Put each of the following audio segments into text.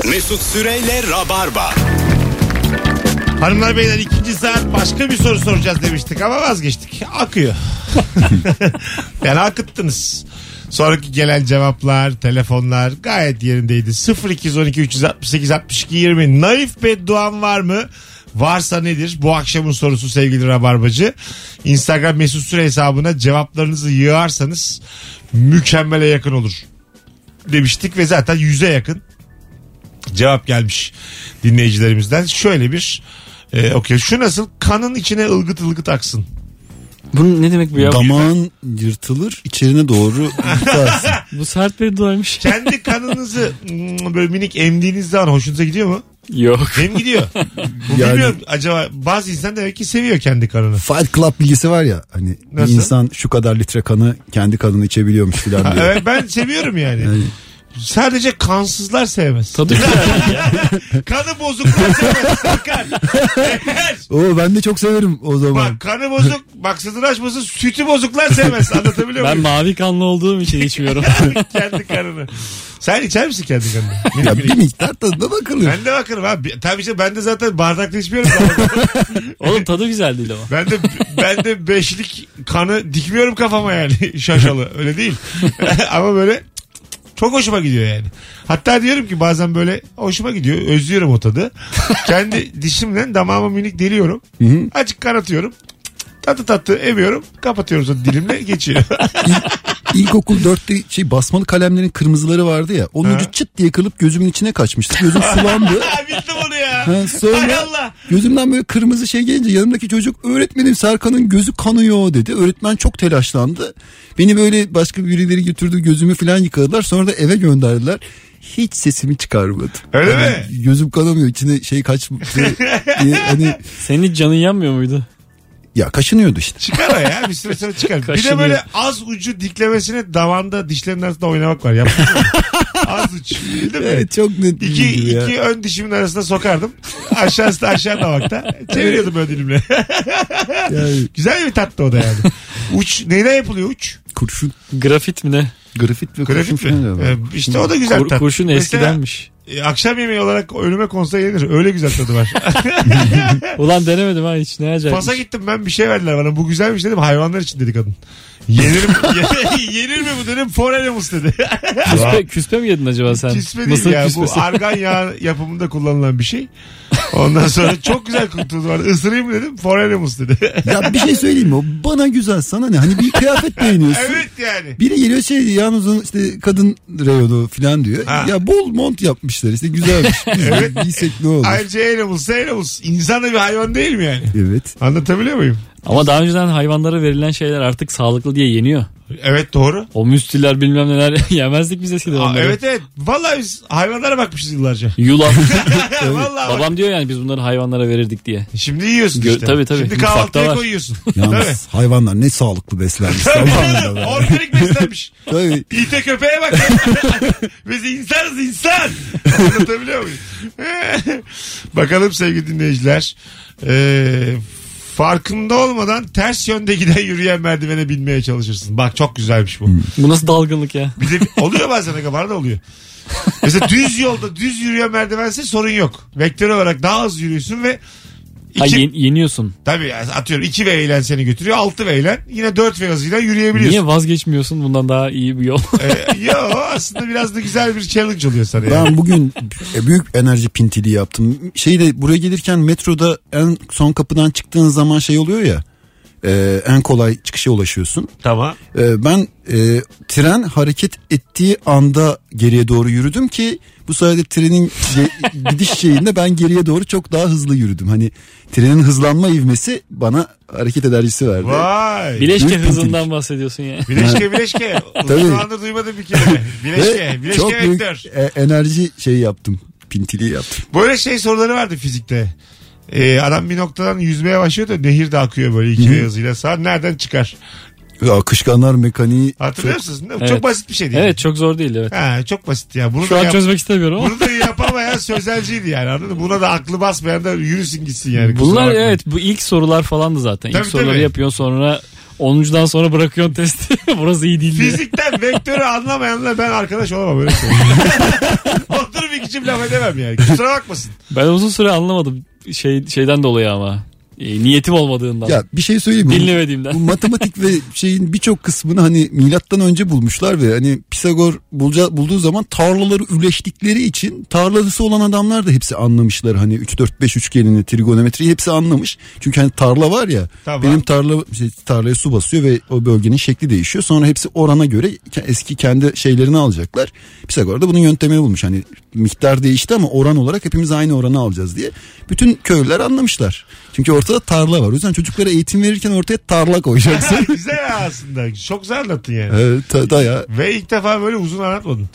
Mesut Süreyle Rabarba. Hanımlar beyler, ikinci saat başka bir soru soracağız demiştik ama vazgeçtik. Akıyor. Yani akıttınız. Sonraki gelen cevaplar, telefonlar gayet yerindeydi. 0212 368 62 20. Naif bedduan var mı? Varsa nedir? Bu akşamın sorusu sevgili Rabarbacı. Instagram Mesut Süre hesabına cevaplarınızı yığarsanız mükemmele yakın olur demiştik ve zaten 100'e yakın cevap gelmiş dinleyicilerimizden. Şöyle bir okey. Şu nasıl? Kanın içine ılgıt ılgıt aksın. Bu ne demek bu ya? Damağın yırtılır, içerine doğru tutarsın. Bu sert bir duaymış. Kendi kanınızı böyle minik emdiğiniz zaman hoşunuza gidiyor mu? Yok. Benim gidiyor. Yani- Bilmiyorum, acaba bazı insan demek ki seviyor kendi kanını. Fight Club bilgisi var ya, hani Nasıl? bir insan şu kadar litre kanı kendi kanını içebiliyormuş falan diye. Evet, ben seviyorum yani. Sadece kansızlar sevmez. Tadı güzel ya. Kanı bozuklar sevmez. Bakar. Eğer Oo, ben de çok severim o zaman. bak kanı bozuk, maksadın açması, sütü bozuklar sevmez. Anlatabiliyor Ben muyum? mavi kanlı olduğum için içmiyorum. Kendi kanını. Sen içer misin kendi kanını? Minik Ya minik. bir miktar tadına bakılır. Ben de bakarım abi. Tabii ki ben de zaten bardakta içmiyorum. Oğlum tadı güzel değil ama. Ben de beşlik kanı dikmiyorum kafama yani. Şaşalı. Öyle değil. Ama böyle çok hoşuma gidiyor yani. Hatta diyorum ki bazen böyle hoşuma gidiyor. Özlüyorum o tadı. Kendi dişimle damağıma minik deliyorum. Azıcık kanatıyorum. Tatlı emiyorum. Kapatıyorum sonra dilimle geçiyor. İlkokul 4'te basmalı kalemlerin kırmızıları vardı ya. Onun ucu çıt diye kırılıp gözümün içine kaçmıştı. Gözüm sulandı. Bildim onu ya. Ha, Hay sonra Allah. gözümden böyle kırmızı şey gelince yanımdaki çocuk, öğretmenim Serkan'ın gözü kanıyor dedi. Öğretmen çok telaşlandı. Beni böyle başka birileri götürdü, gözümü falan yıkadılar. Sonra da eve gönderdiler. Hiç sesimi çıkarmadım. Öyle Yani mi? gözüm kanamıyor, içine şey kaçmıştı diye, hani Senin hiç canın yanmıyor muydu? ya kaşınıyordu işte. Çıkar o ya. Bir süre sonra çıkar. Bir de Kaşınıyor. böyle az ucu diklemesine davanda dişlerin arasında oynamak var. Yaptın mı? Az uç. Bildin mi? Evet, çok net bir bilgi ya. İki ön dişimin arasında sokardım. Aşağısı da aşağı damakta. Çeviriyordum böyle dilimle. Yani Güzel bir tatlı o da yani. Uç. Neyden yapılıyor uç? kurşun, Grafit mi ne? grafit ve kurşun Grafit falan mi? diyorlar. İşte o da güzel tat. Kurşun Mesela, eskidenmiş. akşam yemeği olarak ölüme konsa yenir. Öyle güzel tadı var. Ulan denemedim ha hiç. Ne acayip. Pasa gittim ben, bir şey verdiler bana. Bu güzelmiş dedim. Hayvanlar için dedi kadın. Yenir mi bu dedim. Forenemus dedi. Küspe mi yedin acaba sen? Küspe değil Mısır ya. küspesi. Bu argan yağı yapımında kullanılan bir şey. Ondan sonra çok güzel kokusu var. Isırayım mı dedim. Forenemus dedi. Ya bir şey söyleyeyim mi? O bana güzel, sana ne? Hani bir kıyafet beğeniyorsun. Evet yani. Biri geliyor şey diyor, yalnız işte kadın reyonu falan diyor. Ha. Ya bol mont yapmışlar işte, güzelmiş. Evet. Giysek ne olur? Ayrıca Animals. İnsan da bir hayvan değil mi yani? Evet. Anlatabiliyor muyum? Ama daha önceden hayvanlara verilen şeyler artık sağlıklı diye yeniyor. Evet, doğru. O müstiller bilmem neler yemezdik biz eskiden onları. Evet. Vallahi biz hayvanlara bakmışız yıllarca. Yulaf. Vallahi bak. Babam diyor yani biz bunları hayvanlara verirdik diye. Şimdi yiyorsun işte. Tabii. Şimdi Mutfakta kahvaltıya var. koyuyorsun. Yalnız hayvanlar ne sağlıklı beslenmiş. Zamanında be. Organik beslenmiş. Tabii. İte köpeğe bak. Biz insanız insan. Anlatabiliyor muyum? Bakalım sevgili dinleyiciler. Farkında olmadan ters yönde giden yürüyen merdivene binmeye çalışırsın. Bak çok güzelmiş bu. Bu nasıl dalgınlık ya? Bir de oluyor bazen, bana da oluyor. Mesela düz yolda düz yürüyen merdivense sorun yok. Vektör olarak daha hızlı yürüyorsun ve Ha, yeniyorsun. tabii yani atıyorum 2V ile seni götürüyor, 6V ile yine 4V hızıyla yürüyebiliyorsun. Niye vazgeçmiyorsun bundan daha iyi bir yol? Yo, aslında biraz da güzel bir challenge oluyor sana yani. Ben bugün büyük enerji pintiliği yaptım. Buraya gelirken metroda en son kapıdan çıktığın zaman şey oluyor ya. En kolay çıkışa ulaşıyorsun. Tamam. Ben tren hareket ettiği anda geriye doğru yürüdüm ki bu sayede trenin gidiş şeyinde ben geriye doğru çok daha hızlı yürüdüm. Hani trenin hızlanma ivmesi bana hareket enerjisi verdi. Vay. Bileşke Büyük hızından bahsediyorsun ya. Bileşke. Uzun zamandır duymadım bir kere. Bileşke Çok büyük vektör. enerji yaptım. Pintiliği yaptım. Böyle soruları vardı fizikte. Adam bir noktadan yüzmeye başlıyor da nehir de akıyor böyle 2V hızıyla sağa. Nereden çıkar? Akışkanlar mekaniği. Hatırlıyor musunuz? Evet. Çok basit bir şey değil. Evet çok zor değil evet. Ha, çok basit ya. Bunu Şu an çözmek istemiyorum ama. Bunu da yapamayan sözelciydi yani, anladın mı? Buna da aklı basmayan da yürüsün gitsin yani. Kusura Bunlar bakmayın. evet bu ilk sorular falandı zaten. Tabii, ilk soruları tabii. yapıyorsun sonra 10'uncudan sonra bırakıyorsun testi. Burası iyi değil diye. Fizikten vektörü anlamayanla ben arkadaş olamam öyle söyleyeyim. Oturup iki çift laf edemem yani. Kusura bakmasın. Ben uzun süre anlamadım şeyden dolayı ama. Niyetim olmadığından. Ya bir şey söyleyeyim mi? Dinlemediğimden. Bu matematik ve şeyin birçok kısmını hani milattan önce bulmuşlar ve hani Pisagor bulduğu zaman tarlaları üleştikleri için tarlası olan adamlar da hepsi anlamışlar. Hani 3-4-5 üçgenini, trigonometriyi hepsi anlamış. Çünkü hani tarla var ya, Tamam. benim tarlaya su basıyor ve o bölgenin şekli değişiyor. Sonra hepsi orana göre eski kendi şeylerini alacaklar. Pisagor da bunun yöntemini bulmuş. Hani miktar değişti ama oran olarak hepimiz aynı oranı alacağız diye. Bütün köylüler anlamışlar. Çünkü ortada tarla var. O yüzden çocuklara eğitim verirken ortaya tarla koyacaksın. Güzel aslında. Çok güzel anlattın yani. Evet, ya. Ve ilk defa böyle uzun anlatmadın.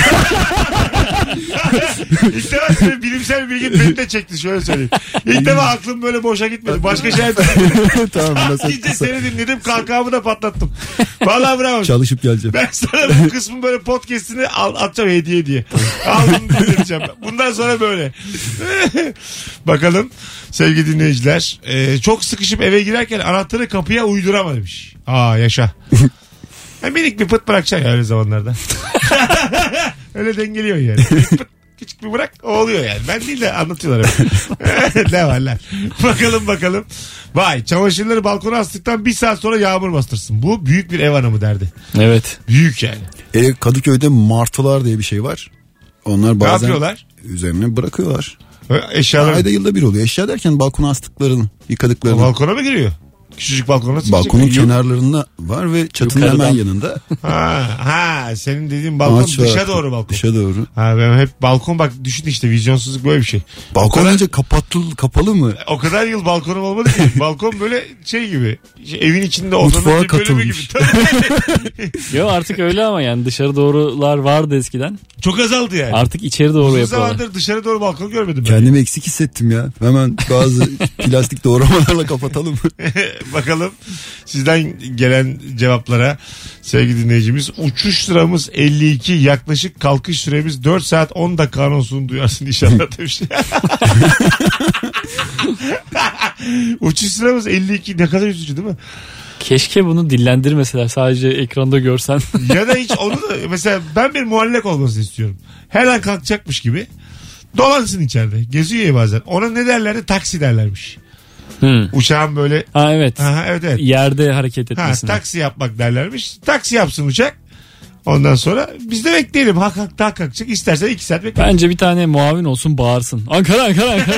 İlk defa senin bilimsel bilgin beni de çekti, şöyle söyleyeyim. İlk defa aklım böyle boşa gitmedi. Başka şeyler Tamam, nasıl gidince kısa. seni dinledim, kalkamı da patlattım. Vallahi bravo. Çalışıp geleceğim. Ben sana bu kısmın böyle podcast'ini atacağım hediye diye. Aldım dinleyeceğim. Bundan sonra böyle. Bakalım sevgili dinleyiciler. Çok sıkışıp eve girerken anahtarı kapıya uyduramamış. Yaşa. Minik bir pıt bırakacaksın ya öyle zamanlarda. Öyle dengeliyor yani. Pıt, küçük bir bırak, o oluyor yani. Ben değil de anlatıyorlar hep. Ne var lan. Bakalım. Vay, çamaşırları balkona astıktan bir saat sonra yağmur bastırsın. Bu büyük bir ev hanımı derdi. Evet. Büyük yani. Kadıköy'de martılar diye bir şey var. Onlar bazen Ne yapıyorlar? üzerine bırakıyorlar. Eşyaları. Ayda yılda bir oluyor. Eşya derken balkona astıklarını, yıkadıklarını. Balkona mı giriyor? Küçücük balkona çıkacak. Balkonun kenarlarında var ve çatının Yukarıdan. hemen yanında. Senin dediğin balkon Ağaç var. dışa doğru balkon. Dışa doğru. Ben hep balkon, bak düşün işte, vizyonsuzluk böyle bir şey. Balkon kadar- önce kapalı mı? O kadar yıl balkonum olmadı ki. Balkon böyle şey gibi. Evin içinde odanın Mutfağa bir bölümü gibi. katılmış. Yo, artık öyle ama yani dışarı doğrular vardı eskiden. Çok azaldı yani. Artık içeri doğru Uzun yapıyorlar. zamandır dışarı doğru balkon görmedim ben. Kendimi eksik hissettim ya. Hemen bazı plastik doğramalarla kapatalım. Bakalım sizden gelen cevaplara sevgili dinleyicimiz. Uçuş sıramız 52, yaklaşık kalkış süremiz 4 saat 10 dakika anonsunu duyarsın inşallah demiş. Uçuş sıramız 52, ne kadar üzücü değil mi? Keşke bunu dillendirmeseler, sadece ekranda görsen. Ya da hiç onu da mesela ben bir muallak olmasını istiyorum. Her an kalkacakmış gibi dolansın içeride. Geziyor ya bazen. Ona ne derlerdi? Taksi derlermiş. Uçağın böyle. Evet. Evet. Yerde hareket etmesine. Taksi yapmak derlermiş. Taksi yapsın uçak. Ondan sonra biz de bekleyelim. Hak kalkacak. İstersen 2 saat bekleyelim. Bence bir tane muavin olsun, bağırsın. Ankara.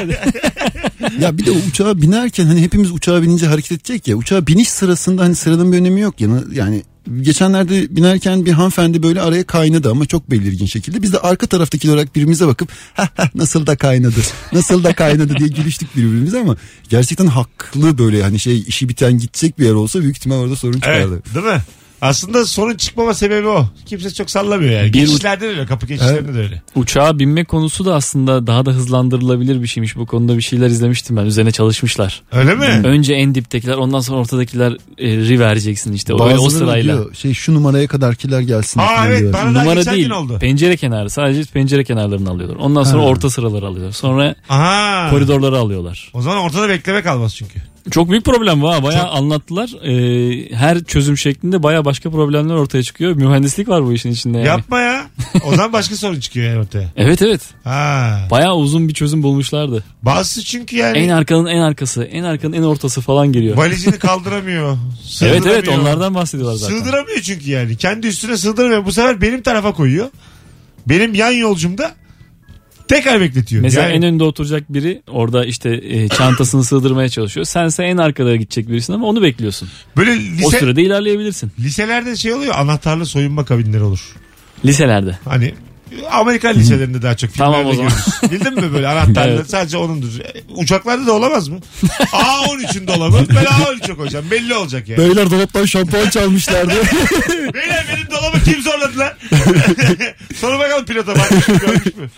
Ya bir de o uçağa binerken hani hepimiz uçağa binince hareket edecek ya. Uçağa biniş sırasında hani sıranın bir önemi yok yani geçenlerde binerken bir hanımefendi böyle araya kaynadı ama çok belirgin şekilde. Biz de arka taraftaki olarak birbirimize bakıp nasıl da kaynadı diye gülüştük birbirimize ama gerçekten haklı, böyle hani işi biten gidecek bir yer olsa büyük ihtimal orada sorun çıkardı. Evet, değil mi? Aslında sorun çıkmama sebebi o. Kimse çok sallamıyor yani. Geçişlerde de öyle, kapı geçişlerinde de öyle. Uçağa binme konusu da aslında daha da hızlandırılabilir bir şeymiş. Bu konuda bir şeyler izlemiştim ben. Üzerine çalışmışlar. Öyle mi? Önce en diptekiler, ondan sonra ortadakiler vereceksin işte. O Bazıları sırayla. diyor, şu numaraya kadarkiler gelsin. Evet, diyor. bana da Numara geçen değil. gün oldu. Pencere kenarı. Sadece pencere kenarlarını alıyorlar. Ondan sonra orta sıraları alıyorlar. Sonra koridorları alıyorlar. O zaman ortada bekleme kalmaz çünkü. Çok büyük problem bu ha. Bayağı anlattılar. Her çözüm şeklinde bayağı başka problemler ortaya çıkıyor. Mühendislik var bu işin içinde yani. Yapma ya. O zaman başka sorun çıkıyor yani ortaya. Evet. Ha. Bayağı uzun bir çözüm bulmuşlardı. Bazısı çünkü yani. En arkanın en arkası, en arkanın en ortası falan geliyor. Valizini kaldıramıyor. Evet, onlardan bahsediyorlar zaten. Sığdıramıyor çünkü yani. Kendi üstüne sığdıramıyor. Bu sefer benim tarafa koyuyor. Benim yan yolcumda tekrar bekletiyor. Mesela yani... en önde oturacak biri orada işte çantasını sığdırmaya çalışıyor. Sense en arkada gidecek birisin ama onu bekliyorsun. Böyle O sürede ilerleyebilirsin. Liselerde şey oluyor, anahtarlı soyunma kabinleri olur. Liselerde. Hani Amerikan liselerinde daha çok filmlerde Tamam o zaman. görürüz. Bildin mi böyle anahtarlı Evet. sadece onundur. Uçaklarda da olamaz mı? A13'ün dolabı. Ben A13'e koyacağım. Belli olacak yani. Beyler dolaptan şampuan çalmışlardı. Beyler benim dolabım Babamı kim zorladı lan? Sonra bakalım pilota bakmış mı, görmüş mü?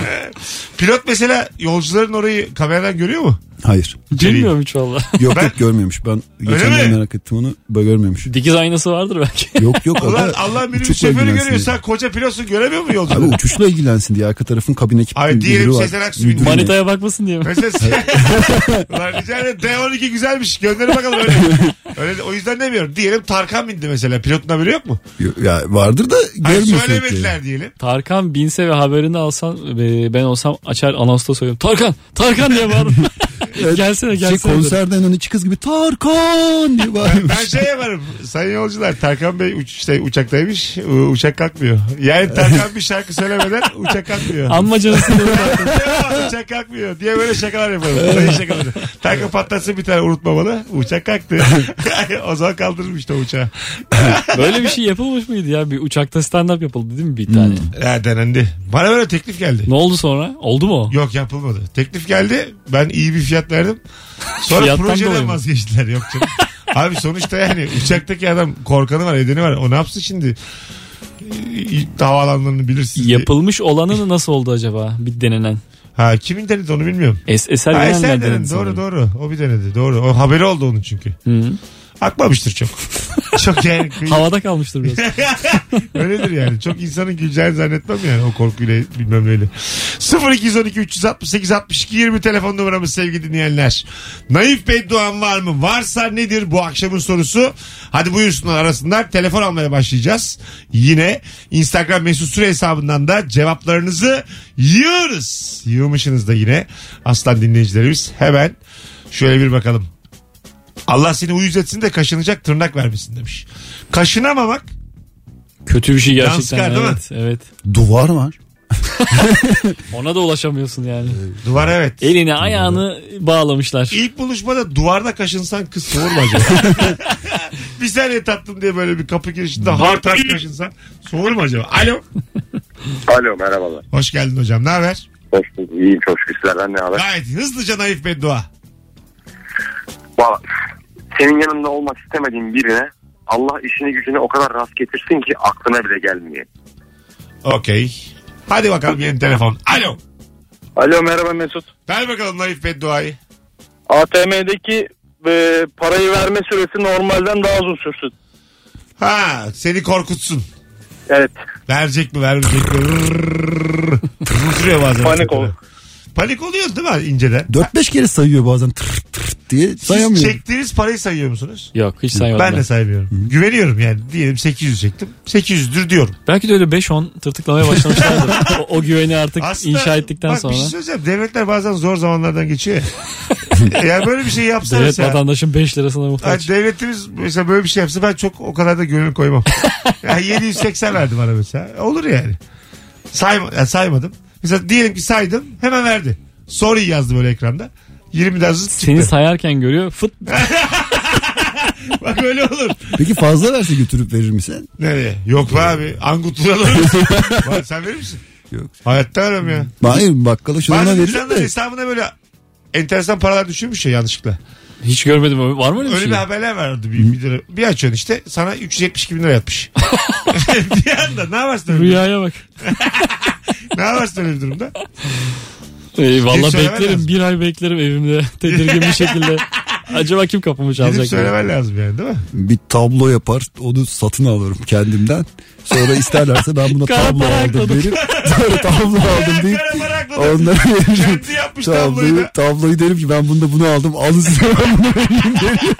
Pilot mesela yolcuların orayı kameradan görüyor mu? Hayır. Bilmiyorum hiç valla. Yok görmüyormuş. Ben geçen mi? gün merak ettim onu. Görmemiş. Dikiz aynası vardır belki. Yok. Ulan Allah minibüs şoförü görüyor. Sen koca pilotsun, göremiyor mu yolcuları? Abi uçuşla ilgilensin diye arka tarafın kabin ekip Ay müdürü diyelim var. Sezen Aksu Müdürü ne? Manitaya bakmasın diye mi? Mesela ulan rica ederim, D12 güzelmiş. Gönderin bakalım öyle. Öyle o yüzden demiyorum. Diyelim Tarkan bindi mesela. Pilotun haberi yok mu? Ya vardır da Hayır, görmüyor. söylemediler diyelim. Tarkan binse ve haberini alsan ben olsam açar anonsta söylerim. Tarkan diye bağırırım. Gelsene. Konserden önce kız gibi Tarkan diye bağırmış. Ben şey yaparım. Sayın yolcular, Tarkan Bey uçaktaymış. Uçak kalkmıyor. Yani Tarkan bir şarkı söylemeden uçak kalkmıyor. Amma canısın. Uçak kalkmıyor diye böyle şakalar yaparım. Sayın şakaları. Tarkan patlatsın bir tane unutmamalı. Uçak kalktı. O zaman kaldırırım işte uçağı. Böyle bir şey yapılmış mıydı ya? Bir uçakta stand-up yapıldı değil mi bir tane? Ya denendi. Bana böyle teklif geldi. Ne oldu sonra? Oldu mu o? Yok, yapılmadı. Teklif geldi. Ben iyi bir fiyat verdim. Sonra Fiyattan dolayı projeden mı? vazgeçtiler. Yok canım. Abi sonuçta yani uçaktaki adam korkanı var, edeni var. O ne yapsın şimdi? Havaalanlarını bilirsiniz. Yapılmış olanı nasıl oldu acaba? Bir denenen. Ha, kimin denedi onu bilmiyorum. Eser Ha, Yenenler Eser denedi denedi. sanırım. Doğru. O bir denedi. Doğru. O haberi oldu onun çünkü. Hı. Akmamıştır çok. Çok yani. Havada kalmıştır biraz. Öyledir yani. Çok insanın güleceğini zannetmem yani o korkuyla bilmem neyle. 0212 368 62 20 telefon numaramız sevgili dinleyenler. Naif bedduan var mı? Varsa nedir bu akşamın sorusu? Hadi buyursunlar, arasınlar. Telefon almaya başlayacağız. Yine Instagram Mesut Süre hesabından da cevaplarınızı yığırız. Yığmışsınız da yine aslan dinleyicilerimiz. Hemen şöyle bir bakalım. Allah seni uyuz etsin de kaşınacak tırnak vermesin demiş. Kaşınamamak Kötü bir şey Can gerçekten. sıkar, değil mi? Evet. Duvar var. Ona da ulaşamıyorsun yani. duvar, evet. Elini ayağını bağlamışlar. İlk buluşmada duvarda kaşınsan kız soğur mu acaba? Bir saniye tatlım diye böyle bir kapı girişinde hard kaşınsan soğur mu acaba? Alo. Alo, merhabalar. Hoş geldin hocam, ne haber? Hoş bulduk. İyiyim çok şükür. Sizlerden ne haber? Gayet hızlıca naif beddua. Valla senin yanında olmak istemediğin birine Allah işini gücünü o kadar rast getirsin ki aklına bile gelmiyor. Okey. Hadi bakalım yeni telefon. Alo. Alo, merhaba Mesut. Ver bakalım naif bedduayı. ATM'deki parayı verme süresi normalden daha uzun sürsün. Ha, seni korkutsun. Evet. Verecek mi vermeyecek mi? Uzun sürüyor bazen. Panik ol. Panik oluyoruz değil mi inceden? 4-5 kere sayıyor bazen tır diye Siz sayamıyor. çektiğiniz parayı sayıyor musunuz? Yok hiç saymadım. Ben de saymıyorum. Güveniyorum yani. Diyelim 800 çektim. 800'dür diyorum. Belki de öyle 5-10 tırtıklamaya başlamışlardır. o güveni artık Aslında, inşa ettikten bak, sonra. bir şey söyleyeceğim. Devletler bazen zor zamanlardan geçiyor. Yani böyle bir şey yapsa Devlet mesela. vatandaşın 5 lirasına muhtaç. Yani devletimiz mesela böyle bir şey yapsa ben çok o kadar da gönül koymam. Yani 780 verdi bana mesela. Olur yani. Saymadım. Mesela diyelim ki saydım, hemen verdi. Sorry yazdı böyle ekranda. 20'den zıt çıktı. Seni sayarken görüyor. Fıt. Bak öyle olur. Peki fazla verse götürüp verir misin? Nereye? Yok be abi. Angut alır mısın? Sen verir misin? Yok. Hayatta vermem ya. Hayır, bakkala şuna Bazen veririm insanlar de. hesabına böyle enteresan paralar düşürmüş ya yanlışlıkla. Hiç görmedim. Var mı öyle bir Öyle şey? bir haberler vardı. Bir açıyorsun işte, sana 372 bin lira yatmış. Bir anda ne yaparsın öyle? Rüyaya bak. Ne yaparsın öyle bir durumda? Valla söylemen beklerim. lazım. Bir ay beklerim evimde. Tedirgin bir şekilde. Acaba kim kapımı çalacak? Gidip söylemen lazım yani, değil mi? Bir tablo yapar, onu satın alırım kendimden. Sonra isterlerse ben buna Kara tablo para aldım akladık. derim. Sonra tablo aldım deyip Kara para akladım. onlara veririm. Kendi yapmış tabloyu da. Tabloyu derim ki ben bunu aldım. Alın size, ben bunu vereyim derim.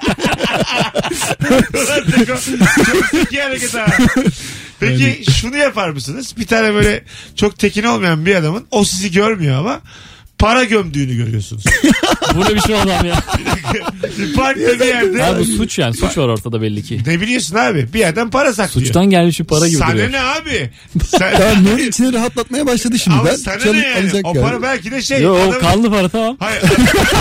Ulan Teko, çok zeki hareket ha. Peki şunu yapar mısınız? Bir tane böyle çok tekin olmayan bir adamın, o sizi görmüyor ama para gömdüğünü görüyorsunuz. Bu ne bir şey adam ya. Bir parkta bir yerde. Abi bu suç yani. Suç var ortada belli ki. Ne biliyorsun abi? Bir yerden para saklıyor. Suçtan gelmiş bir para gibi Sana duruyor. ne abi? Sen... Tamam, Nuri içini rahatlatmaya başladı şimdi. Ama Ben sana çalıp ne yani? alacak O yani. para belki de şey. Yo adamın- kanlı para tamam. Hayır.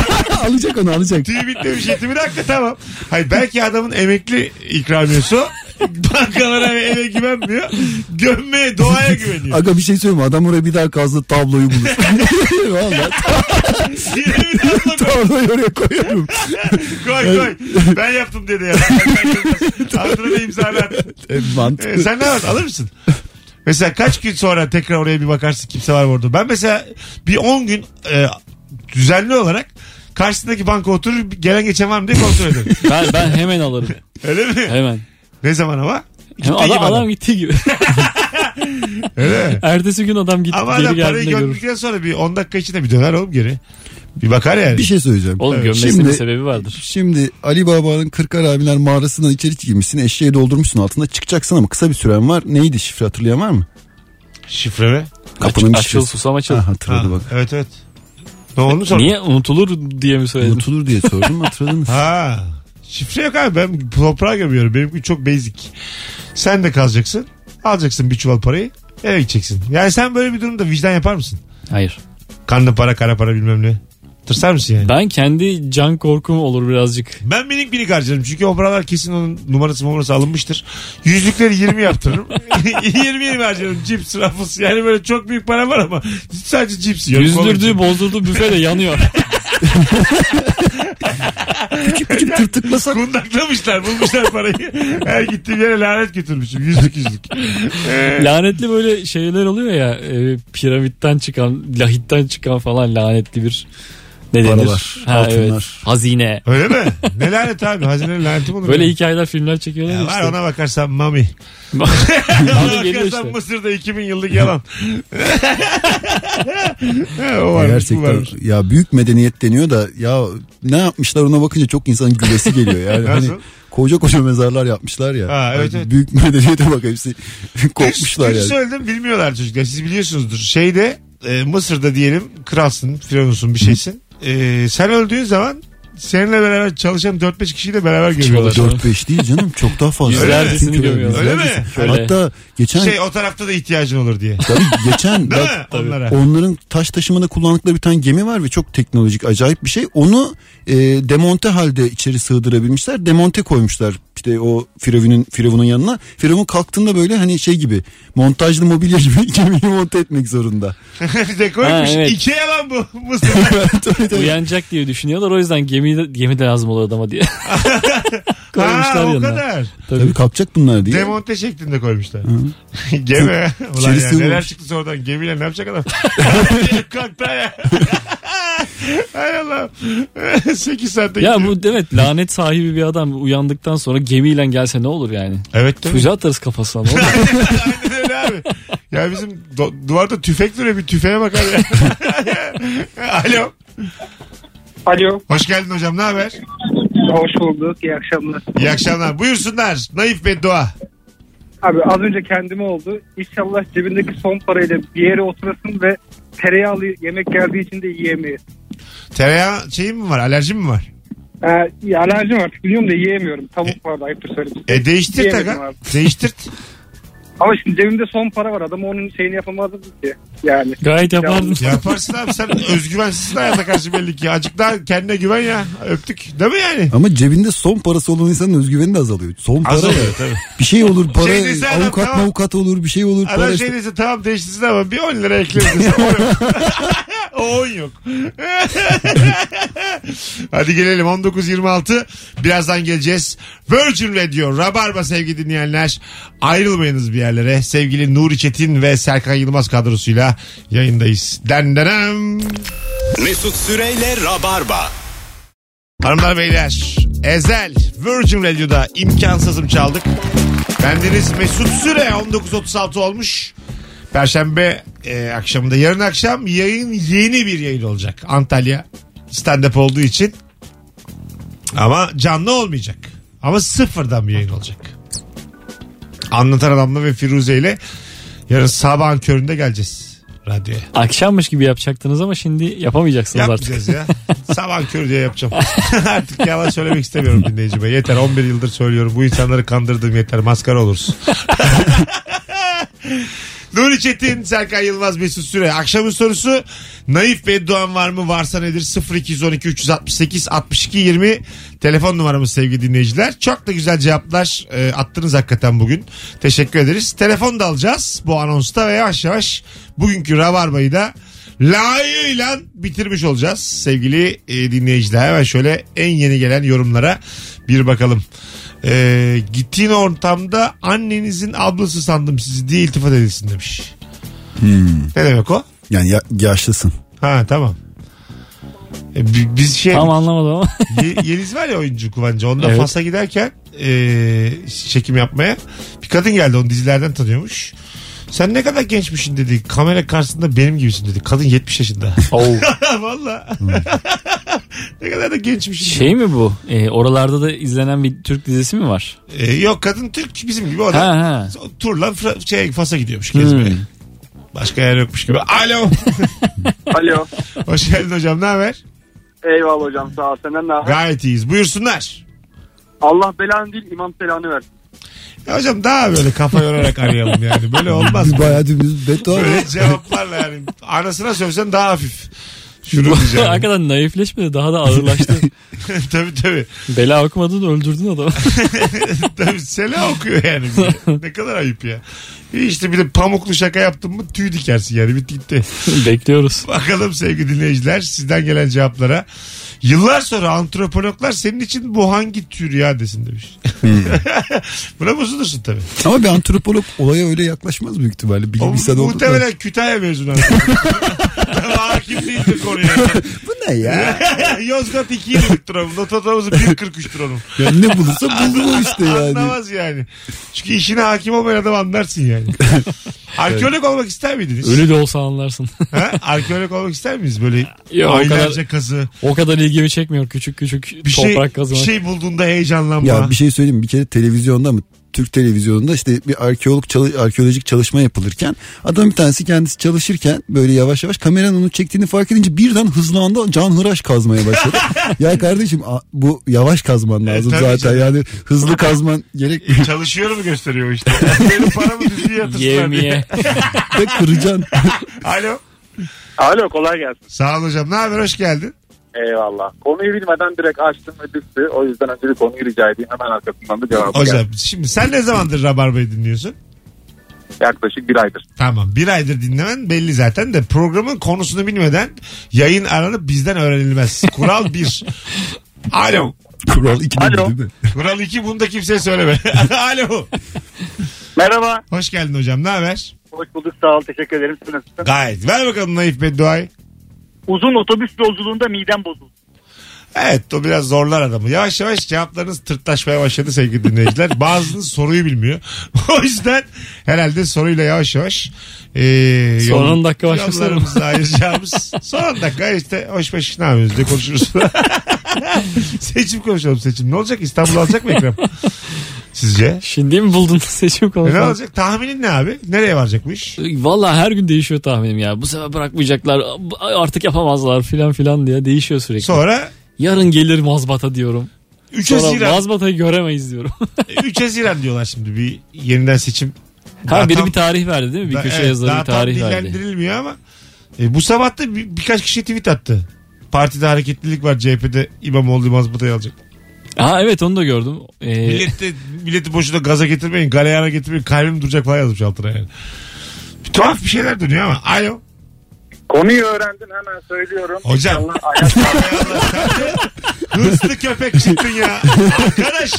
alacak onu alacak. Tüy bitmemiş yetimin hakkı, tamam. Hayır, belki adamın emekli ikramiyesi o. Bankalara ve eve güvenmiyor. Gömmeye, doğaya güveniyor. Aga bir şey söyleyeyim mi? Adam oraya bir daha kazdı tabloyu bulur. Valla Yine bir daha bak. tabloyu oraya koyuyorum. Koy. Ben yaptım dedi ya. Altına da imza at. Mantıklı. Sen ne var? Alır mısın? Mesela kaç gün sonra tekrar oraya bir bakarsın kimse var mı orada. Ben mesela bir 10 gün düzenli olarak karşısındaki banka oturur, gelen geçen var mı diye kontrol ederim. Ben hemen alırım. Öyle mi? Hemen. Ne zaman ama? Adam gittiği gibi. Öyle mi? Ertesi gün adam gitti. Ama Geri adam parayı geldiğinde görür. gördükten sonra bir 10 dakika içinde bir döner oğlum geri. Bir bakar yani. Bir şey söyleyeceğim. Oğlum gömmesinin bir sebebi vardır. Şimdi Ali Baba'nın Kırklareliler mağarasından içeri girmişsin. Eşeği doldurmuşsun altında. Çıkacaksın ama kısa bir süren var. Neydi şifre, hatırlayan var mı? Şifre mi? Kapının Açıl şifresi. susam açıl. Ha, hatırladı bak. Evet. Ne oldu sonra? Niye unutulur diye mi söyledin? Unutulur diye sordum, hatırladınız. Ha. Şifre yok abi, ben toprağa gömüyorum. Benimki çok basic. Sen de kalacaksın. Alacaksın bir çuval parayı. Eve gideceksin. Yani sen böyle bir durumda vicdan yapar mısın? Hayır. Kanlı para, kara para bilmem ne. Tırsar mısın yani? Ben kendi can korkum olur birazcık. Ben minik harcarım. Çünkü o paralar kesin onun numarası alınmıştır. Yüzlükleri 20 yaptırırım. 20 harcarım. Cips, rafız. Yani böyle çok büyük para var ama sadece cips yiyorum. Yüzdürdüğü bozdurduğu büfe de yanıyor. Küçük tırtıklasak. Kundaklamışlar, bulmuşlar parayı. Her gittiğim yere lanet götürmüşüm. Yüzlük. Lanetli böyle şeyler oluyor ya. Piramitten çıkan, lahitten çıkan falan lanetli bir ne denir? Paralar, altınlar. Evet, hazine. Öyle mi? Ne lanet abi? Hazinenin laneti mi olur? Böyle ya? hikayeler, filmler çekiyorlar Ya işte. var, ona bakarsan mami. Ona Ona geliyor bakarsan işte. Mısır'da 2000 yıllık yalan. O var, bu Gerçekten var. ya büyük medeniyet deniyor da ya ne yapmışlar ona bakınca çok insanın gülesi geliyor. Yani Nasıl? hani koca mezarlar yapmışlar ya. Ha, evet, evet. Büyük medeniyete bak, hepsi kopmuşlar Üstü yani. söyledim, bilmiyorlar çocuklar. Siz biliyorsunuzdur. Şeyde Mısır'da diyelim kralsın, firavunsun, bir şeysin. Sen öldüğün zaman seninle beraber çalışan 4-5 kişiyle beraber gömüyorlar. 4-5 değil canım, çok daha fazla. Yüzlercesini Çünkü gömüyorlar. Öyle mi? Şöyle. Hatta geçen O tarafta da ihtiyacın olur diye. tabii geçen Değil bak, mi? Onlara. onların taş taşımada kullandıkları bir tane gemi var ve çok teknolojik, acayip bir şey. Onu demonte halde içeri sığdırabilmişler. Demonte koymuşlar işte o Firavun'un yanına. Firavun kalktığında böyle hani şey gibi, montajlı mobilya gibi gemiyi monte etmek zorunda. De koymuş. Ha, evet. Ikea lan bu Mısır'da. Tabii, tabii. Uyanacak diye düşünüyorlar. O yüzden gemi de lazım olur adama diye. Koymuşlar Ha, o yanına. kadar. Tabii kalkacak bunlar diye. Demonte şeklinde koymuşlar. Gemi. Ulan İçerisi ya, neler olmuş. çıktı sonradan, gemiyle ne yapacak adam? Kalktı ya. Hay Allah. 8 saatte Ya gidiyor. bu evet, lanet sahibi bir adam uyandıktan sonra gemiyle gelse ne olur yani? Evet tabii. Füze atarız kafasına. Ne olur? Aynen öyle abi. Ya bizim duvarda tüfek duruyor, bir tüfeğe bakar ya. Alo. Alo. Hoş geldin hocam, ne haber? Hoş bulduk. İyi akşamlar. İyi akşamlar. Buyursunlar. Naif beddua. Abi az önce kendime oldu. İnşallah cebindeki son parayla bir yere oturasın ve tereyağlı yemek geldiği için de yiyemeyiz. Tereyağı şeyin mi var? Alerjin mi var? Alerjim var. Biliyorum da yiyemiyorum. Tavuk vardı, ayıptır söyledim. Değiştirt Yiyemedim aga. abi. Değiştirt. Ama şimdi cebimde son para var. Adam onun şeyini yapamazdı ki. Yani. Gayet yapardın. Yaparsın abi, sen özgüvensizsin hayata karşı belli ki. Azıcık daha kendine güven ya. Öptük. Değil mi yani? Ama cebinde son parası olan insanın özgüveni de azalıyor. Son para Azalıyor ya. tabii. Bir şey olur, para Şey dese adam, avukat tamam. mavukat olur, bir şey olur. Adam Para şey dese tamam değiştirsin ama bir 10 lira ekleriz dese o yok. O 10 yok. Hadi gelelim 19.26. Birazdan geleceğiz. Virgin Radio, Rabarba sevgili dinleyenler. Ayrılmayınız bir yerlere. Sevgili Nuri Çetin ve Serkan Yılmaz kadrosuyla yayındayız. Dendenem. Mesut Süreyle Rabarba. Hanımlar beyler, Ezel Virgin Radio'da imkansızım çaldık. Bendeniz Mesut Süre. 19.36 olmuş. Perşembe akşamında, yarın akşam yeni bir yayın olacak. Antalya stand-up olduğu için. Ama canlı olmayacak. Ama sıfırdan bir yayın olacak. Anlatan Adam'la ve Firuze ile yarın sabahın köründe geleceğiz radyoya. Akşammış gibi yapacaktınız ama şimdi yapamayacaksınız artık. Yapmayacağız ya. Sabah körü diye yapacağım. Artık yalan söylemek istemiyorum dinleyicime. Yeter, 11 yıldır söylüyorum. Bu insanları kandırdığım yeter. Maskara olursun. Nuri Çetin, Serkan Yılmaz, Mesut Süre. Akşamın sorusu naif bedduan var mı? Varsa nedir? 0212 368 62 20 telefon numaramız sevgili dinleyiciler. Çok da güzel cevaplar attınız hakikaten bugün. Teşekkür ederiz. Telefon da alacağız bu anonsta ve yavaş yavaş bugünkü Rabarba'yı da layığıyla bitirmiş olacağız sevgili dinleyiciler. Hemen şöyle en yeni gelen yorumlara bir bakalım. Gittiğin ortamda annenizin ablası sandım sizi diye iltifat edilsin demiş. Ne demek o? Yani yaşlısın. Ha tamam. Biz Tam anlamadım ama. Yeliz var ya oyuncu Kıvancı. Onda Evet. Fas'a giderken çekim yapmaya bir kadın geldi, onu dizilerden tanıyormuş. Sen ne kadar gençmişsin dedi. Kamera karşısında benim gibisin dedi. Kadın 70 yaşında. Valla. Ne kadar da gençmişsin. Şey mi bu? Oralarda da izlenen bir Türk dizisi mi var? Yok, kadın Türk bizim gibi. O da turla Fas'a gidiyormuş gezmeye. Başka yer yokmuş gibi. Alo. Alo. Hoş geldin hocam, ne haber? Eyvallah hocam, sağ ol. Senden ne haber? Gayet iyiyiz. Buyursunlar. Allah belanı değil, imam selanı versin. Ya hocam daha böyle kafa yorarak arayalım yani. Böyle olmaz. Biz bayağı dümdüz beddua. Böyle cevaplarla yani. Anasına sövsen daha hafif. Şunu diyeceğim. Hakikaten naifleşmedi, daha da ağırlaştı. Tabii. Bela okumadın, öldürdün adamı. Tabii Sela okuyor yani. Ne kadar ayıp ya. İşte bir de pamuklu şaka yaptın mı tüy dikersin yani. Bitti gitti. Bekliyoruz. Bakalım sevgili dinleyiciler sizden gelen cevaplara. Yıllar sonra antropologlar senin için bu hangi tür ya desin demiş. Buna bozulursun tabii. Ama bir antropolog olaya öyle yaklaşmaz büyük ihtimalle. Bilim insanı olduğu zaman. Muhtemelen Kütahya mezunu. Hakim değildir konuya. Bu ne ya? Yozgat 2 yıllık durum. Notatamızı 1.43 durum. Ya ne bulursa buldu bu işte yani. Anlamaz yani. Çünkü işine hakim olmayan adam anlarsın yani. Arkeolog olmak ister miydiniz? Öyle de olsa anlarsın. Ha? Arkeolog olmak ister miyiz? Böyle Yok, aylarca kazı. O kadar ilgimi çekmiyor küçük toprak kazımak. Bir şey bulduğunda heyecanlanma. Ya bir şey söyleyeyim mi? Bir kere televizyonda mı? Türk televizyonunda işte bir arkeolojik çalışma yapılırken adam bir tanesi kendisi çalışırken böyle yavaş yavaş kameranın onu çektiğini fark edince birden hızlandı, canhıraş kazmaya başladı. Ya kardeşim bu yavaş kazman lazım zaten canım. yani hızlı kazman gerekmiyor. Çalışıyorum gösteriyor işte. Benim paramı düzgün yatırsınlar Yevmiye. diye. Ve kıracaksın. Alo. Alo, kolay gelsin. Sağ ol hocam. Ne haber? Hoş geldin. Eyvallah. Konuyu bilmeden direkt açtım ve düştü. O yüzden önce bir konuyu rica edeyim. Hemen arkasından da cevabı Hocam geldi. şimdi sen ne zamandır Rabarba'yı dinliyorsun? Yaklaşık 1 aydır. Tamam, 1 aydır dinlemen belli zaten de programın konusunu bilmeden yayın aranıp bizden öğrenilmez. Kural 1. Alo. Kural 2 Alo. değil mi? Kural 2, bunu da kimseye söyleme. Alo. Merhaba. Hoş geldin hocam, ne haber? Hoş bulduk, sağ ol. Teşekkür ederim. Siz nasılsınız? Gayet. Ver bakalım naif bedduayı. Uzun otobüs yolculuğunda midem bozuldu. Evet, o biraz zorlar adamı. Yavaş yavaş cevaplarınız tırtlaşmaya başladı sevgili dinleyiciler. Bazınız soruyu bilmiyor. O yüzden herhalde soruyla yavaş yavaş son 10 dakika başlasın. yollarımızı ayıracağımız. Son 10 dakika işte hoş beş ne yapıyoruz diye konuşuruz. Seçim konuşalım, seçim. Ne olacak? İstanbul alacak mı Ekrem? Sizce? Şimdi mi buldun seçim Ne konusu? olacak? Tahminin ne abi? Nereye varacak bu iş? Valla her gün değişiyor tahminim ya. Bu sefer bırakmayacaklar, artık yapamazlar filan diye değişiyor sürekli. Sonra yarın gelir mazbata diyorum. 3 Sonra Haziran. mazbatayı göremeyiz diyorum. 3 Haziran diyorlar şimdi bir yeniden seçim. Ha, biri tam- bir tarih verdi değil mi? Bir köşe evet, yazarı daha bir tarih tam verdi. dillendirilmiyor ama bu sabah da birkaç kişi tweet attı. Partide hareketlilik var, CHP'de İmamoğlu mazbatayı alacak. Ha evet, onu da gördüm. Milleti boşuna gaza getirmeyin, galeyana getirmeyin, kalbim duracak falan yazmış altına yani. Bir tuhaf bir şeyler dönüyor ama. Alo. Konuyu öğrendim, hemen söylüyorum. Hocam. İnşallah ayak- Hay Allah, sen de hırslı köpek çıktın ya. Arkadaş.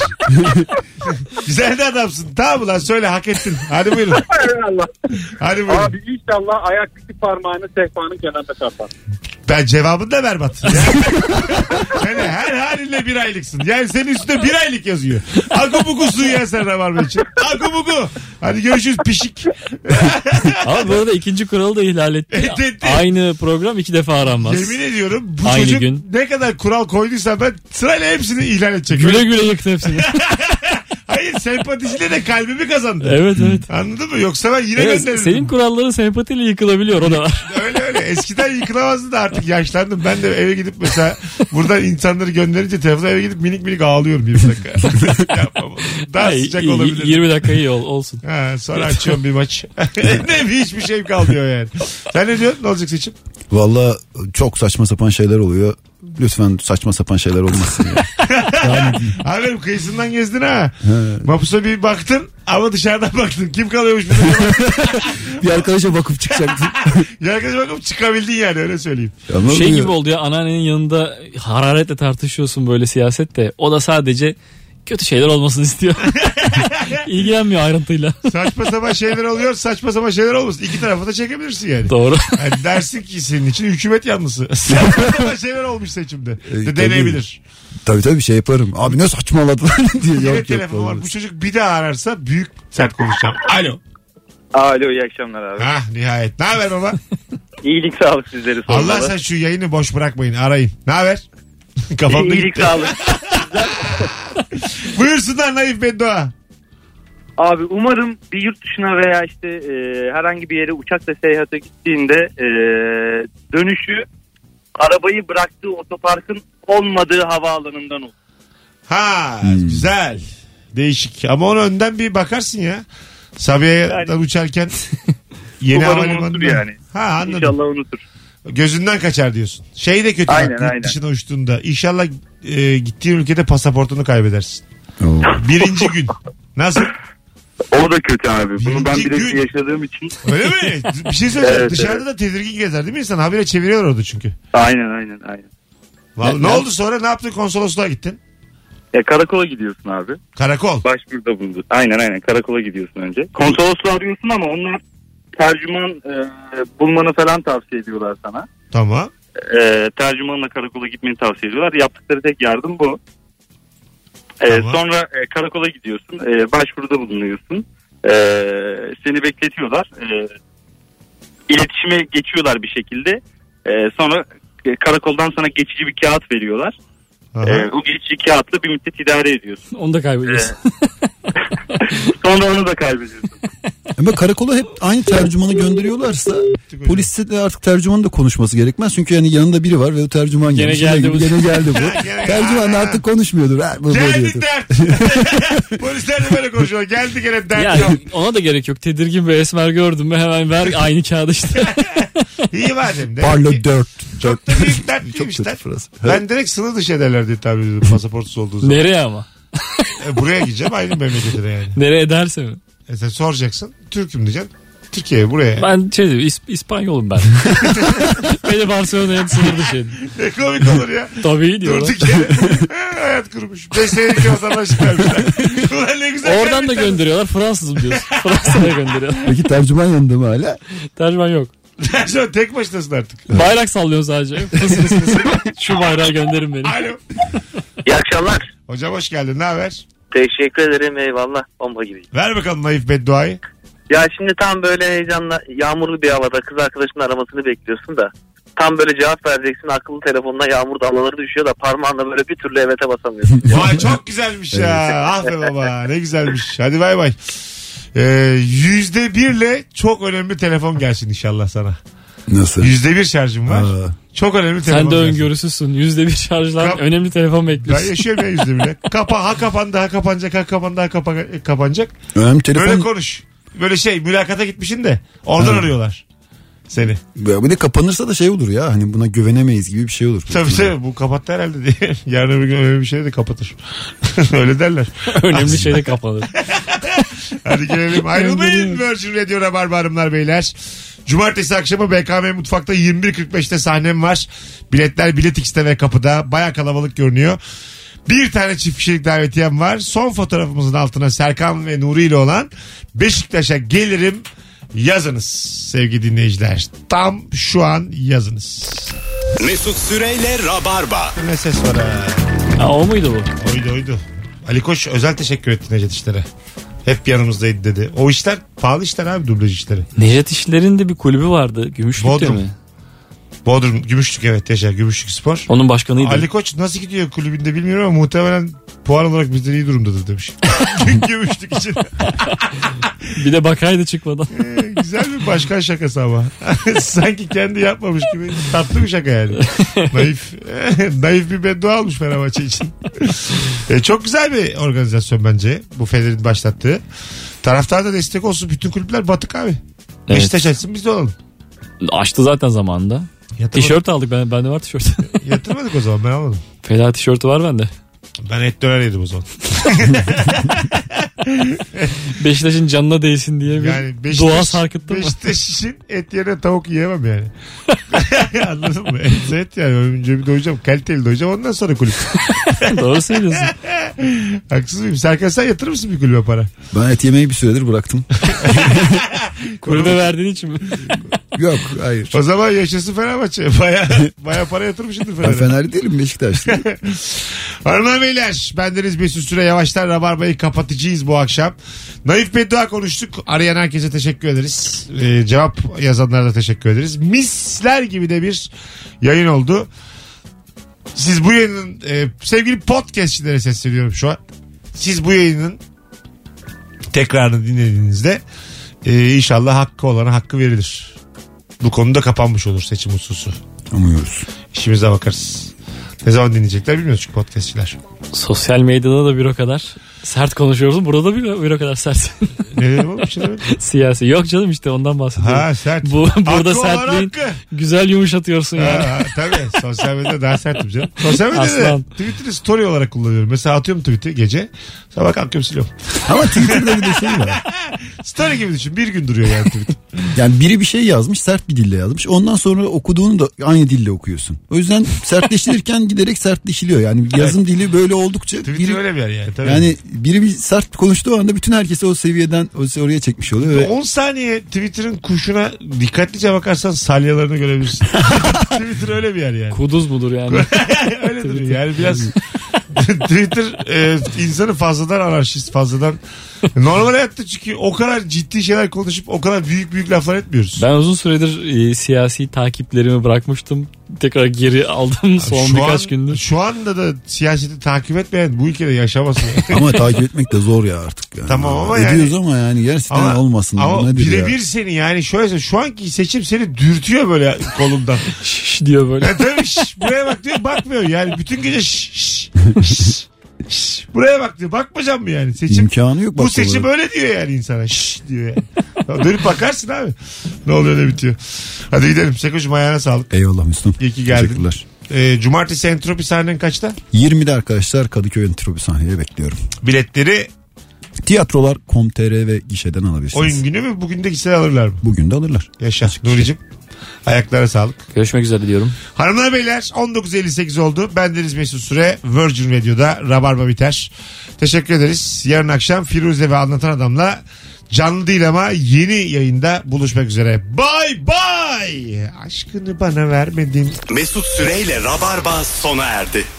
Güzel de adamsın. Tamam ulan, söyle, hak ettin. Hadi buyurun. Eyvallah. Hadi buyurun. Abi inşallah ayak iki parmağını sehpanın kenarında çarpar. Ben cevabını da berbat. Yani her halinle 1 aylıksın. Yani senin üstünde 1 aylık yazıyor. Agubugusun ya sen Rabarba için. Agubugu. Hadi görüşürüz pişik. Ama bu arada ikinci kuralı da ihlal etti. Etti. Aynı program 2 defa aranmaz. Yemin ediyorum bu Aynı çocuk gün. ne kadar kural koyduysa ben sırayla hepsini ihlal edecek. Güle güle yıktı hepsini. Hayır, sempatisiyle de kalbimi kazandı. Evet. Anladın mı? Yoksa ben yine Evet, gönderirdim. senin kuralların sempatiyle yıkılabiliyor, o da var. Öyle eskiden yıkılamazdı da artık yaşlandım. Ben de eve gidip mesela buradan insanları gönderince telefona eve gidip minik minik ağlıyorum 20 dakika. Yapmam. Daha sıcak olabilir. 20 dakika iyi olsun. Ha, sonra açıyorum bir maç. Ne hiçbir şey kalmıyor yani. Sen ne diyorsun? Ne olacak seçim? Valla çok saçma sapan şeyler oluyor. Lütfen saçma sapan şeyler olmasın ya. Abi kıyısından gezdin ha. Mapusa bir baktın ama dışarıdan baktın. Kim kalıyormuş burada? Bir arkadaşa bakıp çıkacaktım. Bir arkadaşa bakıp çıkabildin yani, öyle söyleyeyim. Şey gibi oldu ya, anneannenin yanında hararetle tartışıyorsun böyle siyasette. O da sadece kötü şeyler olmasını istiyor. İlgilenmiyor ayrıntıyla. Saçma sapan şeyler oluyor, saçma sapan şeyler olmasın. İki tarafa da çekebilirsin yani. Doğru. Yani dersin ki senin için hükümet yanlısı. Saçma sapan şeyler olmuş seçimde. Deneyebilir. Tabii şey yaparım. Abi ne saçmaladılar diye. Evet, telefon var. Bu çocuk bir daha ararsa büyük sert konuşacağım. Alo. Alo, iyi akşamlar abi. Hah, nihayet. Ne haber baba? İyilik sağlık sizleri sormalı. Allah sen şu yayını boş bırakmayın, arayın. Ne haber? Kafamda İyilik gitti. sağlık. Buyursunlar Naif Beddua. Abi umarım bir yurt dışına veya işte herhangi bir yere uçakla seyahate gittiğinde dönüşü arabayı bıraktığı otoparkın olmadığı havaalanından olur. Ha, güzel. Değişik. Ama onu önden bir bakarsın ya. Sabiha'dan yani, uçarken yeni havalimanında. Yani. Ha, anladım. İnşallah unutur. Gözünden kaçar diyorsun. Şey de kötü aynen, bak, yurt dışına uçtuğunda. İnşallah gittiğin ülkede pasaportunu kaybedersin. Birinci gün. Nasıl? O da kötü abi. Bunu birinci ben direkt gün yaşadığım için. Öyle mi? Bir şey söyleyeceğim. Evet, dışarıda da tedirgin gezer değil mi insan? Habire çeviriyorlar orada çünkü. Aynen. Vallahi, ne oldu sonra? Ne yaptın? Konsolosluğa gittin. Karakola gidiyorsun abi. Karakol. Başvuruda bulundu. Aynen karakola gidiyorsun önce. Konsolosluğu arıyorsun ama onlar tercüman bulmanı falan tavsiye ediyorlar sana. Tamam. Tercümanla karakola gitmeni tavsiye ediyorlar. Yaptıkları tek yardım bu. Tamam. Sonra karakola gidiyorsun. Başvuruda bulunuyorsun. Seni bekletiyorlar. İletişime geçiyorlar bir şekilde. Sonra karakoldan sana geçici bir kağıt veriyorlar. O geçici kağıtla bir müddet idare ediyorsun. Onu da kaybediyorsun. Sonra onu da kaybediyorsun. Ama karakola hep aynı tercümanı gönderiyorlarsa poliste de artık tercümanın da konuşması gerekmez. Çünkü yani yanında biri var ve o tercüman gene geldi bu. Gene geldi bu. Tercüman artık konuşmuyordur. Geldi dert. Polisler de böyle konuşuyor. Geldi gene dert. Yani ona da gerek yok. Tedirgin bir esmer gördüm mü hemen ver aynı kağıdı işte. İyi madem. Parlo 4. Çok da büyük dert değilmişler. Ben direkt sınır dışı ederler diye tabi dedim pasaportsuz olduğu zaman. Nereye ama? Buraya gideceğim, aynı memleketine yani. Nereye ederse mi? Sen soracaksın. Türk'üm diyeceksin. Türkiye'ye, buraya. Ben İspanyolum ben. Beni Barcelona'ya sınır dışı. Ne komik olur ya. Tabii diyorlar. Durduk yere. Hayat kurmuş. 5 senelik vatandaşlık vermişler. Ulan ne güzel. Oradan da gönderiyorlar. Fransızım diyorsun. Fransa'ya gönderiyorlar. Peki tercüman yanında mı hala? Tercüman yok. Tercüman tek başınasın artık. Bayrak sallıyor sadece. Şu bayrağı gönderin beni. Alo. İyi akşamlar. Hocam hoş geldin. Ne haber? Teşekkür ederim, eyvallah. Bomba gibi. Ver bakalım Naif Beddua'yı. Ya şimdi tam böyle heyecanla yağmurlu bir havada kız arkadaşının aramasını bekliyorsun da tam böyle cevap vereceksin, akıllı telefonuna yağmur damlaları düşüyor da parmağınla böyle bir türlü evet'e basamıyorsun. Vay çok güzelmiş ya. Ah be baba, ne güzelmiş. Hadi bay bay. %1'le çok önemli telefon gelsin inşallah sana. Nasıl? %1 şarjım var. Çok önemli telefon. Sen de öngörüsüzsün. %1 şarjla önemli telefon bekliyorsun. Ben yaşıyorum ya %1'le. Ha kapandı, ha kapanacak, ha kapandı, ha kapanacak. Önemli telefon. Böyle konuş. Böyle mülakata gitmişsin de oradan arıyorlar seni. Bir de kapanırsa da şey olur ya, hani buna güvenemeyiz gibi bir şey olur. Tabii bu kapattı herhalde diye. Yarın öbür gün önemli bir şey de kapatır. Öyle derler. Önemli şey de kapanır. Hadi gelelim. Ayrılmayın. Virgin Radio Rabarba hanımlar beyler. Cumartesi akşamı BKM Mutfak'ta 21.45'te sahnem var. Biletler Bilet X'te ve kapıda. Baya kalabalık görünüyor. Bir tane çift kişilik davetiyem var. Son fotoğrafımızın altına Serkan ve Nuri ile olan Beşiktaş'a gelirim yazınız sevgili dinleyiciler. Tam şu an yazınız. Mesut Süreyle Rabarba. Ne ses var ha? O muydu bu? Oydu. Ali Koç özel teşekkür etti Necdet İşler'e. Hep yanımızdaydı dedi. O işler pahalı işler abi, dublaj işleri. Necdet İşler'in de bir kulübü vardı. Gümüşlük'te Bodrum. mi? Bodrum Gümüşlük, evet, yaşa, Gümüşlük Spor. Onun başkanıydı. Ali Koç nasıl gidiyor kulübünde bilmiyorum ama muhtemelen puan olarak bizden iyi durumdadır demiş. Gümüşlük için. Bir de bakaydı çıkmadan. Güzel bir başkan şakası ama. Sanki kendi yapmamış gibi tatlı bir şaka yani. Naif bir beddua almış Fenerbahçe için. Çok güzel bir organizasyon bence bu Fener'in başlattığı. Taraftar da destek olsun. Bütün kulüpler batık abi. Evet. Beşiktaş açsın, biz de olalım. Açtı zaten zamanında. Tişört aldık, bende var tişört. Yatırmadık o zaman, ben almadım. Feda tişörtü var bende. Ben et döner yedim o zaman. Beşiktaş'ın canına değsin diye bir Yani dua sarkıttım mı? Beşiktaş için et yerine tavuk yiyemem yani. Anladın mı? Et yani. Önce bir doyacağım. Kaliteli doyacağım. Ondan sonra kulüp. Doğru söylüyorsun. Haksız mıyım? Serkan, sen yatırır mısın bir kulübe para? Ben et yemeyi bir süredir bıraktım. Kulübe verdiğin için mi? Yok, hayır. O zaman yaşasın Fenerbahçe. Baya para yatırmışsındır Ben Fener'e. Fenerli değilim, Beşiktaşlı. Hanımlar beyler, bendeniz Mesut Süre, yavaştan Rabarba'yı kapatacağız bu akşam. Naif beddua konuştuk. Arayan herkese teşekkür ederiz. Cevap yazanlara da teşekkür ederiz. Misler gibi de bir yayın oldu. Siz bu yayının sevgili podcastçilere sesleniyorum şu an. Siz bu yayının tekrarını dinlediğinizde inşallah hakkı olana hakkı verilir. Bu konuda kapanmış olur seçim hususu. Umuyoruz. İşimize bakarız. Ne zaman dinleyecekler bilmiyoruz çünkü podcastçiler. Sosyal medyada da bir o kadar sert konuşuyoruz. Burada da bir o kadar sert. Ne dedim oğlum? Siyasi. Yok canım, işte ondan bahsediyorum. Ha, sert. Burada hakkı sertliğin güzel yumuşatıyorsun yani. Tabii. Sosyal medyada daha sertim canım. Sosyal medyada Twitter'ı story olarak kullanıyorum. Mesela atıyorum tweet'i gece. Sabah kalkıyorum, siliyorum. Ama Twitter'da bir de şey var. Story gibi düşün. Bir gün duruyor yani tweet. Yani biri bir şey yazmış, sert bir dille yazmış. Ondan sonra okuduğunu da aynı dille okuyorsun. O yüzden sertleştirirken giderek sertleşiliyor. Yani yazım dili böyle oldukça. Twitter öyle bir yer yani. Tabii. Yani biri bir sert konuştuğu anda bütün herkesi o seviyeden oraya çekmiş oluyor. Ve 10 saniye Twitter'ın kuşuna dikkatlice bakarsan salyalarını görebilirsin. Twitter öyle bir yer yani. Kuduz mudur yani? Öyle duruyor. Yani biraz Twitter insanı fazladan anarşist, fazladan normal hayatta, çünkü o kadar ciddi şeyler konuşup o kadar büyük laflar etmiyoruz. Ben uzun süredir siyasi takiplerimi bırakmıştım. Tekrar geri aldım son birkaç gündür. Şu anda da siyaseti takip etmeyen bu ülkede yaşamasın. ama takip etmek de zor ya artık. Yani. Tamam ama ediyoruz yani, ama yani gerçekten olmasın. Ama birebir seni yani şöyle, şu anki seçim seni dürtüyor böyle kolundan. Şşş diyor böyle. Tabii buraya bak diyor, bakmıyor yani bütün gece buraya bak diyor, bakmayacağım mı yani seçim? İmkanı yok. Bu seçim öyle diyor yani insana, diyor yani. Dönüp bakarsın abi. Ne oluyor, ne bitiyor. Hadi gidelim. Seko'cum ayağına sağlık. Eyvallah Müslüm. İyi ki geldin. Teşekkürler. Cumartesi Entropi sahnen kaçta? 20'de arkadaşlar Kadıköy Entropi sahneye bekliyorum. Biletleri Tiyatrolar.com.tr ve gişeden alabilirsiniz. oyun günü mü? Bugün de gitseler alırlar mı? Bugün de alırlar. Yaşa. Nuri'cim ayaklara sağlık. Görüşmek üzere diyorum. Hanımlar beyler 19.58 oldu. Bendeniz Mesut Süre. Virgin Radio'da Rabarba biter. Teşekkür ederiz. Yarın akşam Firuze ve Anlatan Adam'la canlı değil ama yeni yayında buluşmak üzere. Bye bye. Aşkını bana vermedin. Mesut Süreyle Rabarba sona erdi.